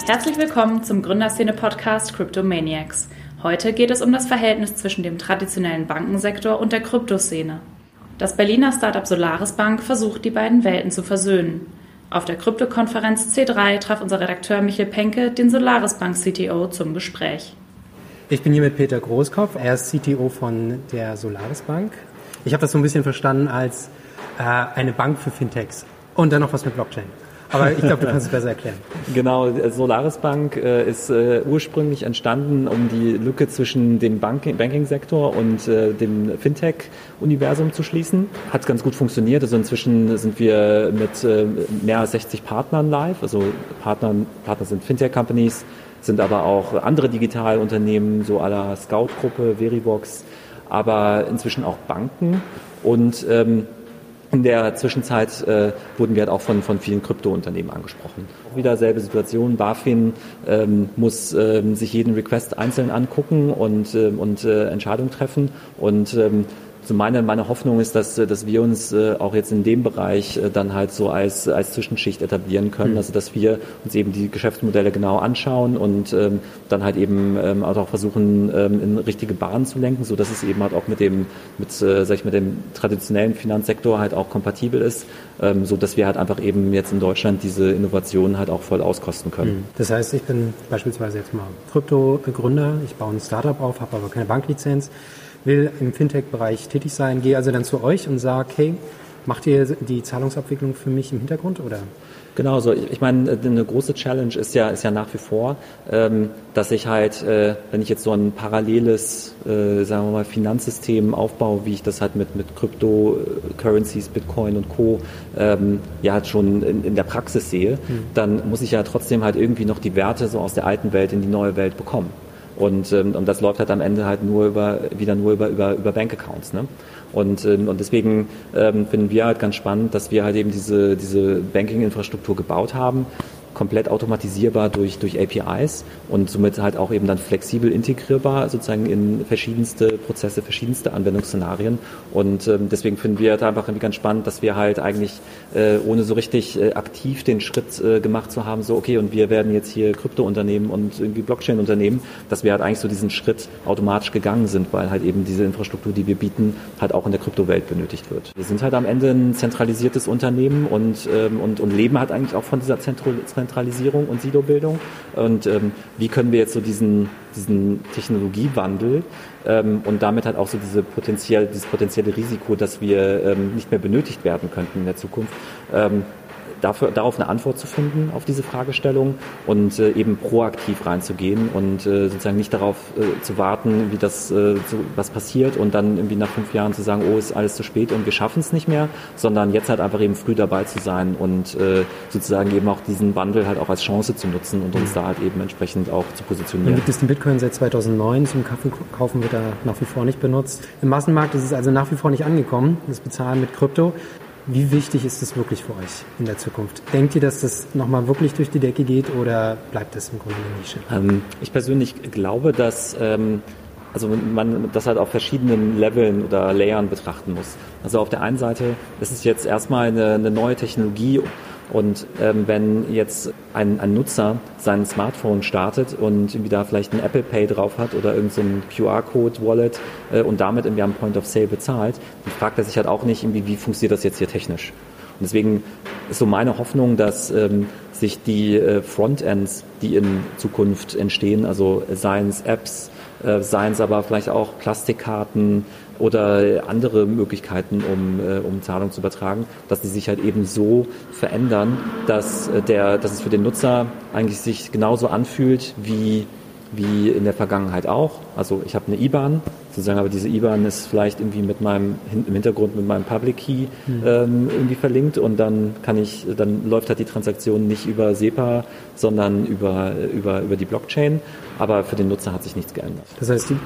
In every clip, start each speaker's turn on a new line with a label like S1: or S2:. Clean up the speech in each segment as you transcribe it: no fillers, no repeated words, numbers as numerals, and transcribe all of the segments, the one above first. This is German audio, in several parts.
S1: Herzlich willkommen zum Gründerszene-Podcast Cryptomaniacs. Heute geht es um das Verhältnis zwischen dem traditionellen Bankensektor und der Kryptoszene. Das Berliner Startup Solaris Bank versucht, die beiden Welten zu versöhnen. Auf der Krypto-Konferenz C3 traf unser Redakteur Michael Penke den Solaris Bank CTO zum Gespräch.
S2: Ich bin hier mit Peter Großkopf, er ist CTO von der Solaris Bank. Ich habe das so ein bisschen verstanden als eine Bank für Fintechs und dann noch was mit Blockchain. Aber ich glaube, du kannst es besser erklären.
S3: Genau, Solaris Bank ist ursprünglich entstanden, um die Lücke zwischen dem Banking-Sektor und dem Fintech-Universum zu schließen. Hat ganz gut funktioniert. Also inzwischen sind wir mit mehr als 60 Partnern live. Also Partner sind Fintech-Companies, sind aber auch andere Digitalunternehmen, so à la Scout-Gruppe, Verivox, aber inzwischen auch Banken. Und in der Zwischenzeit wurden wir halt auch von vielen Kryptounternehmen angesprochen. Auch wieder selbe Situation. BaFin muss sich jeden Request einzeln angucken und Entscheidungen treffen. Und so meine Hoffnung ist, dass wir uns auch jetzt in dem Bereich dann halt so als Zwischenschicht etablieren können. Also dass wir uns eben die Geschäftsmodelle genau anschauen und dann halt eben auch versuchen, in richtige Bahnen zu lenken, so dass es eben halt auch mit dem traditionellen Finanzsektor halt auch kompatibel ist, so dass wir halt einfach eben jetzt in Deutschland diese Innovationen halt auch voll auskosten können.
S2: Das heißt, ich bin beispielsweise jetzt mal Krypto-Gründer, ich baue ein Startup auf, habe aber keine Banklizenz, will im Fintech-Bereich tätig sein, gehe also dann zu euch und sage, hey, macht ihr die Zahlungsabwicklung für mich im Hintergrund, oder?
S3: Genau, so. Ich meine, eine große Challenge ist ja nach wie vor, dass ich halt, wenn ich jetzt so ein paralleles, sagen wir mal, Finanzsystem aufbaue, wie ich das halt mit Cryptocurrencies, Bitcoin und Co. Ja halt schon in der Praxis sehe, dann muss ich ja trotzdem halt irgendwie noch die Werte so aus der alten Welt in die neue Welt bekommen. Und das läuft halt am Ende halt nur über Bankaccounts, ne? Und deswegen finden wir halt ganz spannend, dass wir halt eben diese Banking-Infrastruktur gebaut haben, komplett automatisierbar durch APIs und somit halt auch eben dann flexibel integrierbar sozusagen in verschiedenste Prozesse, verschiedenste Anwendungsszenarien. Und deswegen finden wir halt einfach irgendwie ganz spannend, dass wir halt eigentlich ohne so richtig aktiv den Schritt gemacht zu haben, so okay, und wir werden jetzt hier Krypto-Unternehmen und irgendwie Blockchain-Unternehmen, dass wir halt eigentlich so diesen Schritt automatisch gegangen sind, weil halt eben diese Infrastruktur, die wir bieten, halt auch in der Kryptowelt benötigt wird. Wir sind halt am Ende ein zentralisiertes Unternehmen und leben halt eigentlich auch von dieser Zentralisierung und Silo-Bildung. Und wie können wir jetzt so diesen Technologiewandel und damit halt auch so dieses potenzielle Risiko, dass wir nicht mehr benötigt werden könnten in der Zukunft, darauf eine Antwort zu finden auf diese Fragestellung und eben proaktiv reinzugehen und sozusagen nicht darauf zu warten, wie das was passiert und dann irgendwie nach 5 Jahren zu sagen, oh, ist alles zu spät und wir schaffen es nicht mehr, sondern jetzt halt einfach eben früh dabei zu sein und sozusagen eben auch diesen Wandel halt auch als Chance zu nutzen und uns da halt eben entsprechend auch zu positionieren.
S2: Dann gibt es den Bitcoin seit 2009, zum Kaffeekaufen wird er nach wie vor nicht benutzt. Im Massenmarkt ist es also nach wie vor nicht angekommen, das Bezahlen mit Krypto. Wie wichtig ist das wirklich für euch in der Zukunft? Denkt ihr, dass das nochmal wirklich durch die Decke geht oder bleibt das im Grunde eine Nische?
S3: Ich persönlich glaube, dass man das halt auf verschiedenen Leveln oder Layern betrachten muss. Also auf der einen Seite ist es jetzt erstmal eine neue Technologie und wenn jetzt ein Nutzer sein Smartphone startet und irgendwie da vielleicht ein Apple Pay drauf hat oder irgend so ein QR-Code-Wallet und damit irgendwie am Point of Sale bezahlt, dann fragt er sich halt auch nicht irgendwie, wie funktioniert das jetzt hier technisch. Und deswegen ist so meine Hoffnung, dass sich die Frontends, die in Zukunft entstehen, also seien es Apps, seien es aber vielleicht auch Plastikkarten oder andere Möglichkeiten, um Zahlung zu übertragen, dass die sich halt eben so verändern, dass es für den Nutzer eigentlich sich genauso anfühlt wie in der Vergangenheit auch. Also ich habe eine IBAN, sozusagen, aber diese IBAN ist vielleicht irgendwie im Hintergrund mit meinem Public Key irgendwie verlinkt und dann läuft halt die Transaktion nicht über SEPA, sondern über die Blockchain, aber für den Nutzer hat sich nichts geändert.
S2: Das heißt, die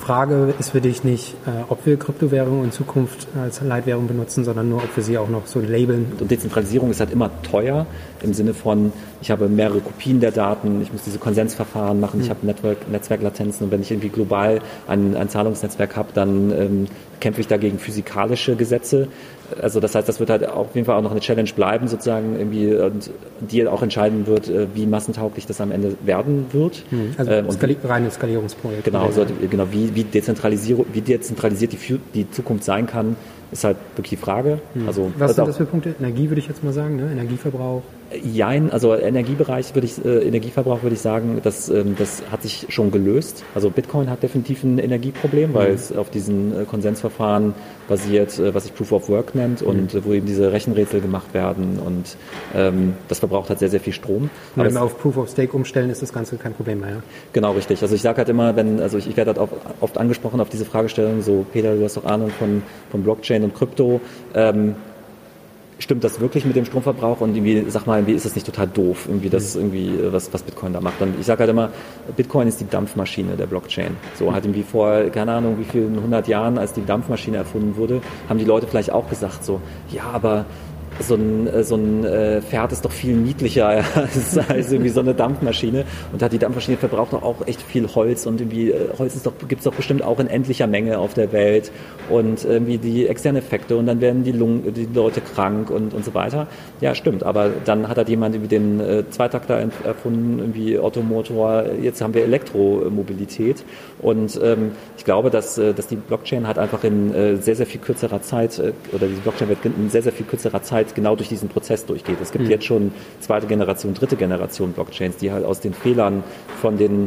S2: Frage ist für dich nicht, ob wir Kryptowährungen in Zukunft als Leitwährung benutzen, sondern nur, ob wir sie auch noch so labeln.
S3: Und Dezentralisierung ist halt immer teuer im Sinne von, ich habe mehrere Kopien der Daten, ich muss diese Konsensverfahren machen, ich habe Netzwerklatenzen und wenn ich irgendwie global ein Zahlungsnetzwerk habe, dann kämpfe ich dagegen physikalische Gesetze. Also das heißt, das wird halt auf jeden Fall auch noch eine Challenge bleiben, sozusagen irgendwie, und die auch entscheiden wird, wie massentauglich das am Ende werden wird.
S2: Also reines Skalierungsprojekt.
S3: Genau, wie dezentralisiert die Zukunft sein kann, ist halt wirklich die Frage. Also,
S2: was sind das für Punkte? Energie würde ich jetzt mal sagen, ne? Energieverbrauch?
S3: Jein, also Energieverbrauch würde ich sagen, das hat sich schon gelöst. Also Bitcoin hat definitiv ein Energieproblem, weil es auf diesen Konsensverfahren basiert, was sich Proof of Work nennt und wo eben diese Rechenrätsel gemacht werden und das verbraucht halt sehr, sehr viel Strom.
S2: Und wenn wir auf Proof of Stake umstellen, ist das Ganze kein Problem mehr, ja?
S3: Genau, richtig. Also ich sage halt immer, ich werde halt oft angesprochen auf diese Fragestellung, so Peter, du hast doch Ahnung von Blockchain und Krypto, stimmt das wirklich mit dem Stromverbrauch und irgendwie, sag mal, ist das nicht total doof, irgendwie das was Bitcoin da macht? Und ich sage halt immer, Bitcoin ist die Dampfmaschine der Blockchain. So halt irgendwie vor, keine Ahnung, wie vielen 100 Jahren, als die Dampfmaschine erfunden wurde, haben die Leute vielleicht auch gesagt so, ja, aber so ein Pferd ist doch viel niedlicher als irgendwie so eine Dampfmaschine. Und die Dampfmaschine verbraucht doch auch echt viel Holz und irgendwie Holz gibt's doch bestimmt auch in endlicher Menge auf der Welt und irgendwie die externen Effekte und dann werden die Leute krank und so weiter. Ja, stimmt. Aber dann hat halt jemand irgendwie den Zweitakter erfunden, irgendwie Ottomotor. Jetzt haben wir Elektromobilität und ich glaube, dass die Blockchain halt einfach in sehr, sehr viel kürzerer Zeit oder die Blockchain wird in sehr, sehr viel kürzerer Zeit genau durch diesen Prozess durchgeht. Es gibt jetzt schon zweite Generation, dritte Generation Blockchains, die halt aus den Fehlern von den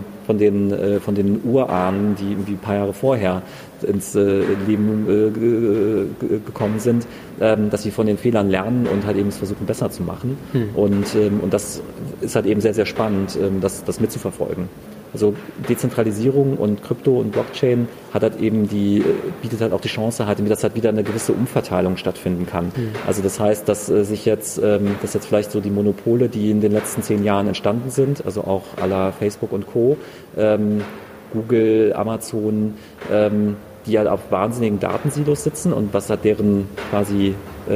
S3: Urahnen, die irgendwie ein paar Jahre vorher ins Leben gekommen sind, dass sie von den Fehlern lernen und halt eben es versuchen besser zu machen. Und das ist halt eben sehr, sehr spannend, das mitzuverfolgen. Also Dezentralisierung und Krypto und Blockchain bietet halt auch die Chance, dass halt wieder eine gewisse Umverteilung stattfinden kann. Also das heißt, dass jetzt vielleicht so die Monopole, die in den letzten 10 Jahren entstanden sind, also auch à la Facebook und Co., Google, Amazon, die halt auf wahnsinnigen Datensilos sitzen und was hat deren quasi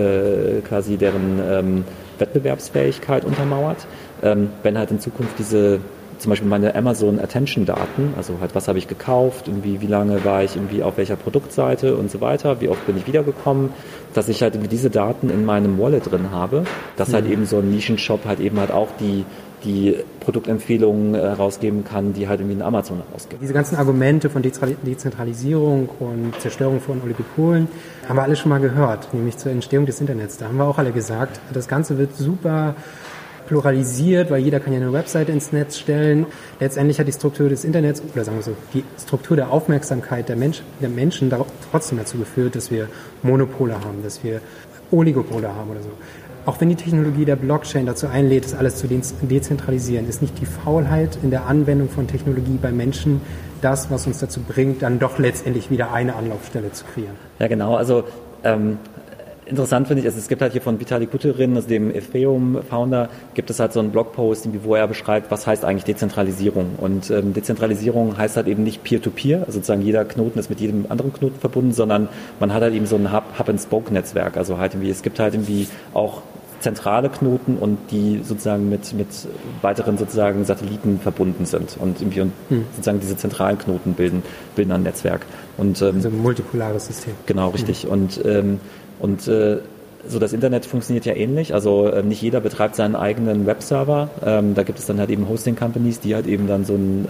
S3: deren Wettbewerbsfähigkeit untermauert. Wenn halt in Zukunft zum Beispiel meine Amazon Attention Daten, also halt was habe ich gekauft, irgendwie wie lange war ich irgendwie auf welcher Produktseite und so weiter, wie oft bin ich wiedergekommen, dass ich halt irgendwie diese Daten in meinem Wallet drin habe, dass halt eben so ein Nischenshop halt eben halt auch die Produktempfehlungen herausgeben kann, die halt irgendwie in Amazon herausgibt.
S2: Diese ganzen Argumente von Dezentralisierung und Zerstörung von Oligopolen haben wir alle schon mal gehört, nämlich zur Entstehung des Internets. Da haben wir auch alle gesagt, das Ganze wird super pluralisiert, weil jeder kann ja eine Webseite ins Netz stellen. Letztendlich hat die Struktur des Internets, oder sagen wir so, die Struktur der Aufmerksamkeit der Menschen trotzdem dazu geführt, dass wir Monopole haben, dass wir Oligopole haben oder so. Auch wenn die Technologie der Blockchain dazu einlädt, das alles zu dezentralisieren, ist nicht die Faulheit in der Anwendung von Technologie bei Menschen das, was uns dazu bringt, dann doch letztendlich wieder eine Anlaufstelle zu kreieren.
S3: Ja, genau. Also interessant finde ich, es gibt halt hier von Vitalik Buterin, also dem Ethereum-Founder, gibt es halt so einen Blogpost, wo er beschreibt, was heißt eigentlich Dezentralisierung. Und Dezentralisierung heißt halt eben nicht Peer-to-Peer, also sozusagen jeder Knoten ist mit jedem anderen Knoten verbunden, sondern man hat halt eben so ein Hub-and-Spoke-Netzwerk. Also halt irgendwie, es gibt halt irgendwie auch zentrale Knoten und die sozusagen mit weiteren sozusagen Satelliten verbunden sind und sozusagen diese zentralen Knoten bilden ein Netzwerk. Und,
S2: also ein multipolares System.
S3: Genau, richtig. Und so das Internet funktioniert ja ähnlich. Also nicht jeder betreibt seinen eigenen Webserver. Da gibt es dann halt eben Hosting-Companies, die halt eben dann so ein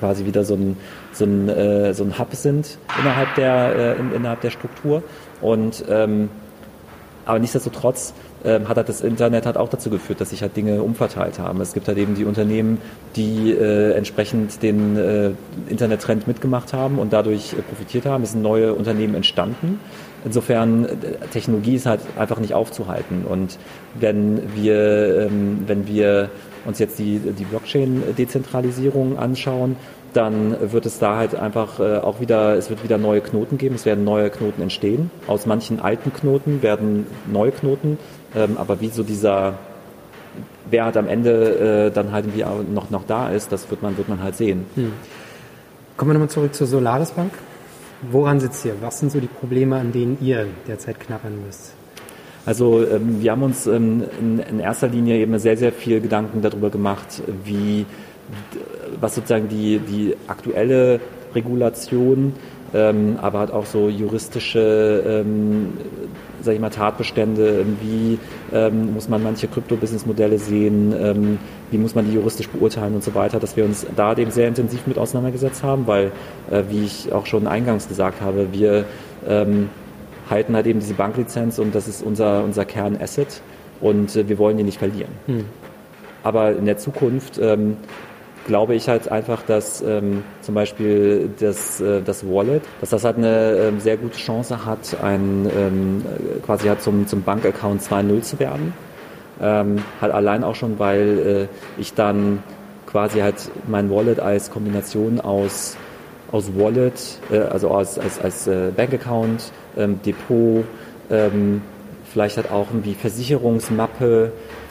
S3: Hub sind innerhalb der Struktur. Und aber nichtsdestotrotz hat halt das Internet halt auch dazu geführt, dass sich halt Dinge umverteilt haben. Es gibt halt eben die Unternehmen, die entsprechend den Internettrend mitgemacht haben und dadurch profitiert haben. Es sind neue Unternehmen entstanden. Insofern, Technologie ist halt einfach nicht aufzuhalten. Und wenn wir uns jetzt die Blockchain-Dezentralisierung anschauen, dann wird es da halt einfach es wird wieder neue Knoten geben, es werden neue Knoten entstehen. Aus manchen alten Knoten werden neue Knoten, aber wie so wer halt am Ende dann halt irgendwie auch noch da ist, das wird man halt sehen.
S2: Kommen wir nochmal zurück zur Solaris Bank. Woran sitzt ihr? Was sind so die Probleme, an denen ihr derzeit knabbern müsst?
S3: Also wir haben uns in erster Linie eben sehr, sehr viel Gedanken darüber gemacht, was sozusagen die aktuelle Regulation, aber halt auch so juristische, sag ich mal, Tatbestände, wie muss man manche Krypto-Business-Modelle sehen, wie muss man die juristisch beurteilen und so weiter, dass wir uns da eben sehr intensiv mit auseinandergesetzt haben, weil, wie ich auch schon eingangs gesagt habe, wir halten halt eben diese Banklizenz und das ist unser Kernasset und wir wollen die nicht verlieren. Aber in der Zukunft glaube ich halt einfach, dass zum Beispiel das Wallet, dass das halt eine sehr gute Chance hat, quasi halt zum Bankaccount 2.0 zu werden. Halt allein auch schon, weil ich dann quasi halt mein Wallet als Kombination aus Wallet, also als Bankaccount, Depot, vielleicht halt auch irgendwie Versicherungsmappe,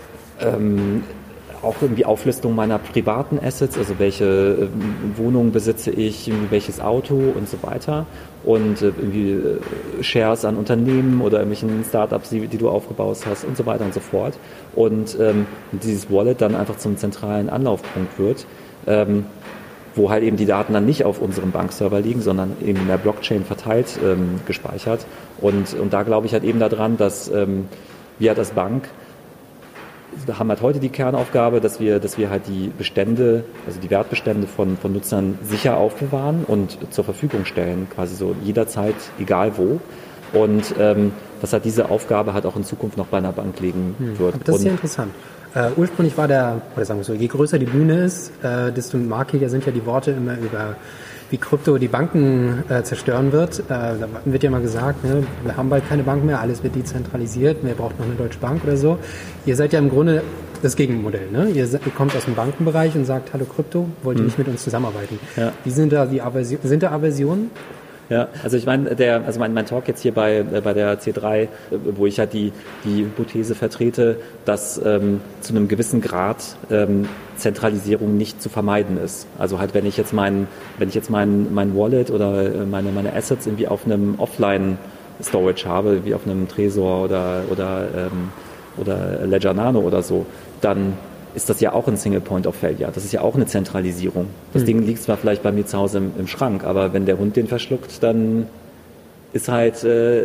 S3: auch irgendwie Auflistung meiner privaten Assets, also welche Wohnung besitze ich, welches Auto und so weiter und irgendwie Shares an Unternehmen oder irgendwelchen Startups, die du aufgebaut hast und so weiter und so fort. Und dieses Wallet dann einfach zum zentralen Anlaufpunkt wird, wo halt eben die Daten dann nicht auf unserem Bankserver liegen, sondern eben in der Blockchain verteilt gespeichert. Und da glaube ich halt eben daran, dass wir halt als Bank haben halt heute die Kernaufgabe, dass wir halt die Bestände, also die Wertbestände von Nutzern sicher aufbewahren und zur Verfügung stellen, quasi so jederzeit, egal wo. Und dass halt diese Aufgabe halt auch in Zukunft noch bei einer Bank liegen wird.
S2: Aber das ist sehr interessant. Ursprünglich war sagen wir so, je größer die Bühne ist, desto markiger sind ja die Worte immer über wie Krypto die Banken zerstören wird. Da wird ja mal gesagt, ne, wir haben bald keine Bank mehr, alles wird dezentralisiert, wer braucht noch eine Deutsche Bank oder so. Ihr seid ja im Grunde das Gegenmodell. Ne? Ihr kommt aus dem Bankenbereich und sagt, hallo Krypto, wollt ihr nicht mit uns zusammenarbeiten? Ja. Wie sind da Aversionen?
S3: Ja, also ich meine, mein Talk jetzt hier bei der C3, wo ich halt die Hypothese vertrete, dass zu einem gewissen Grad Zentralisierung nicht zu vermeiden ist. Also halt, wenn ich jetzt mein Wallet oder meine Assets irgendwie auf einem Offline-Storage habe, wie auf einem Trezor oder Ledger Nano oder so, dann ist das ja auch ein Single Point of Failure. Das ist ja auch eine Zentralisierung. Das Ding liegt zwar vielleicht bei mir zu Hause im Schrank, aber wenn der Hund den verschluckt, dann ist halt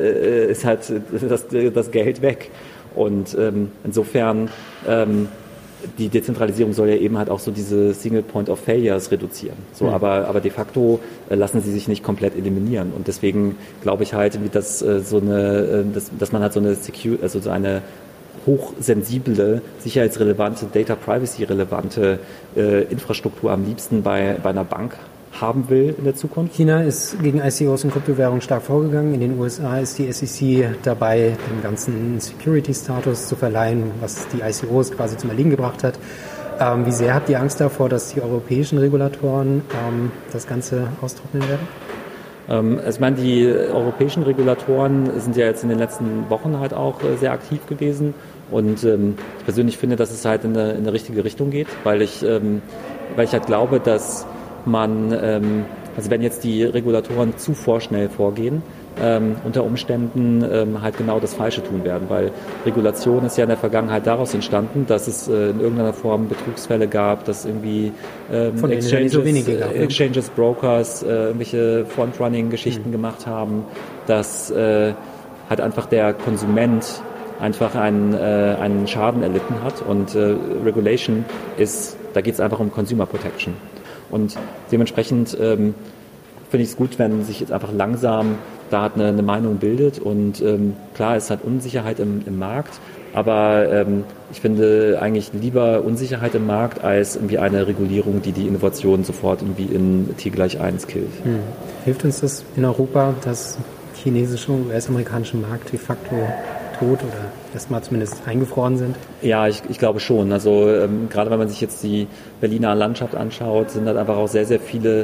S3: das Geld weg. Und insofern die Dezentralisierung soll ja eben halt auch so diese Single Point of Failures reduzieren. So, aber de facto lassen sie sich nicht komplett eliminieren. Und deswegen glaube ich halt, dass man halt so eine hochsensible, sicherheitsrelevante, Data Privacy relevante Infrastruktur am liebsten bei einer Bank haben will in der Zukunft.
S2: China ist gegen ICOs und Kryptowährungen stark vorgegangen. In den USA ist die SEC dabei, den ganzen Security-Status zu verleihen, was die ICOs quasi zum Erliegen gebracht hat. Wie sehr habt ihr Angst davor, dass die europäischen Regulatoren das Ganze austrocknen werden?
S3: Ich meine, die europäischen Regulatoren sind ja jetzt in den letzten Wochen halt auch sehr aktiv gewesen und ich persönlich finde, dass es halt in eine richtige Richtung geht, weil ich halt glaube, dass man, also wenn jetzt die Regulatoren zu vorschnell vorgehen, unter Umständen halt genau das Falsche tun werden, weil Regulation ist ja in der Vergangenheit daraus entstanden, dass es in irgendeiner Form Betrugsfälle gab, dass irgendwie
S2: von Exchanges, so wenige gab,
S3: Exchanges, Brokers irgendwelche Frontrunning-Geschichten gemacht haben, dass halt einfach der Konsument einfach einen Schaden erlitten hat und Regulation da geht es einfach um Consumer Protection. Und dementsprechend finde ich es gut, wenn sich jetzt einfach langsam da eine Meinung bildet und klar, es hat Unsicherheit im Markt, aber ich finde eigentlich lieber Unsicherheit im Markt als irgendwie eine Regulierung, die Innovation sofort irgendwie in T=1 killt.
S2: Hilft uns das in Europa, dass chinesische und US-amerikanische Markt de facto tot oder erstmal zumindest eingefroren sind?
S3: Ja, ich glaube schon. Also gerade wenn man sich jetzt die Berliner Landschaft anschaut, sind halt einfach auch sehr, sehr viele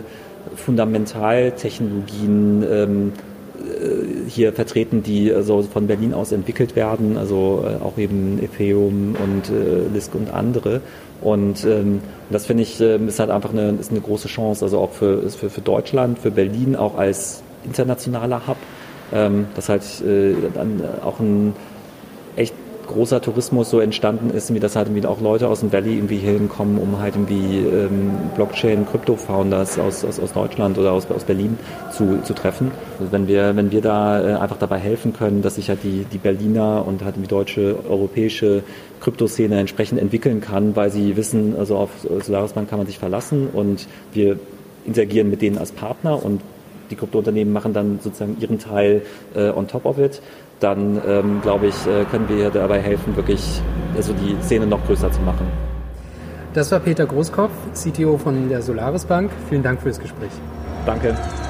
S3: Fundamentaltechnologien hier vertreten, die also von Berlin aus entwickelt werden, also auch eben Ethereum und Lisk und andere. Und das finde ich ist halt einfach eine große Chance, also auch für Deutschland, für Berlin auch als internationaler Hub, dass halt dann auch ein echt großer Tourismus so entstanden ist, wie das halt irgendwie auch Leute aus dem Valley irgendwie hier hinkommen, um halt irgendwie Blockchain, Krypto-Founders aus Deutschland oder aus Berlin zu treffen. Also wenn wir da einfach dabei helfen können, dass sich halt die Berliner und halt die deutsche, europäische Kryptoszene entsprechend entwickeln kann, weil sie wissen, also auf Solaris Bank kann man sich verlassen und wir interagieren mit denen als Partner und die Kryptounternehmen machen dann sozusagen ihren Teil on top of it, dann glaube ich, können wir dabei helfen, wirklich also die Szene noch größer zu machen.
S2: Das war Peter Großkopf, CTO von der Solaris Bank. Vielen Dank für das Gespräch.
S3: Danke.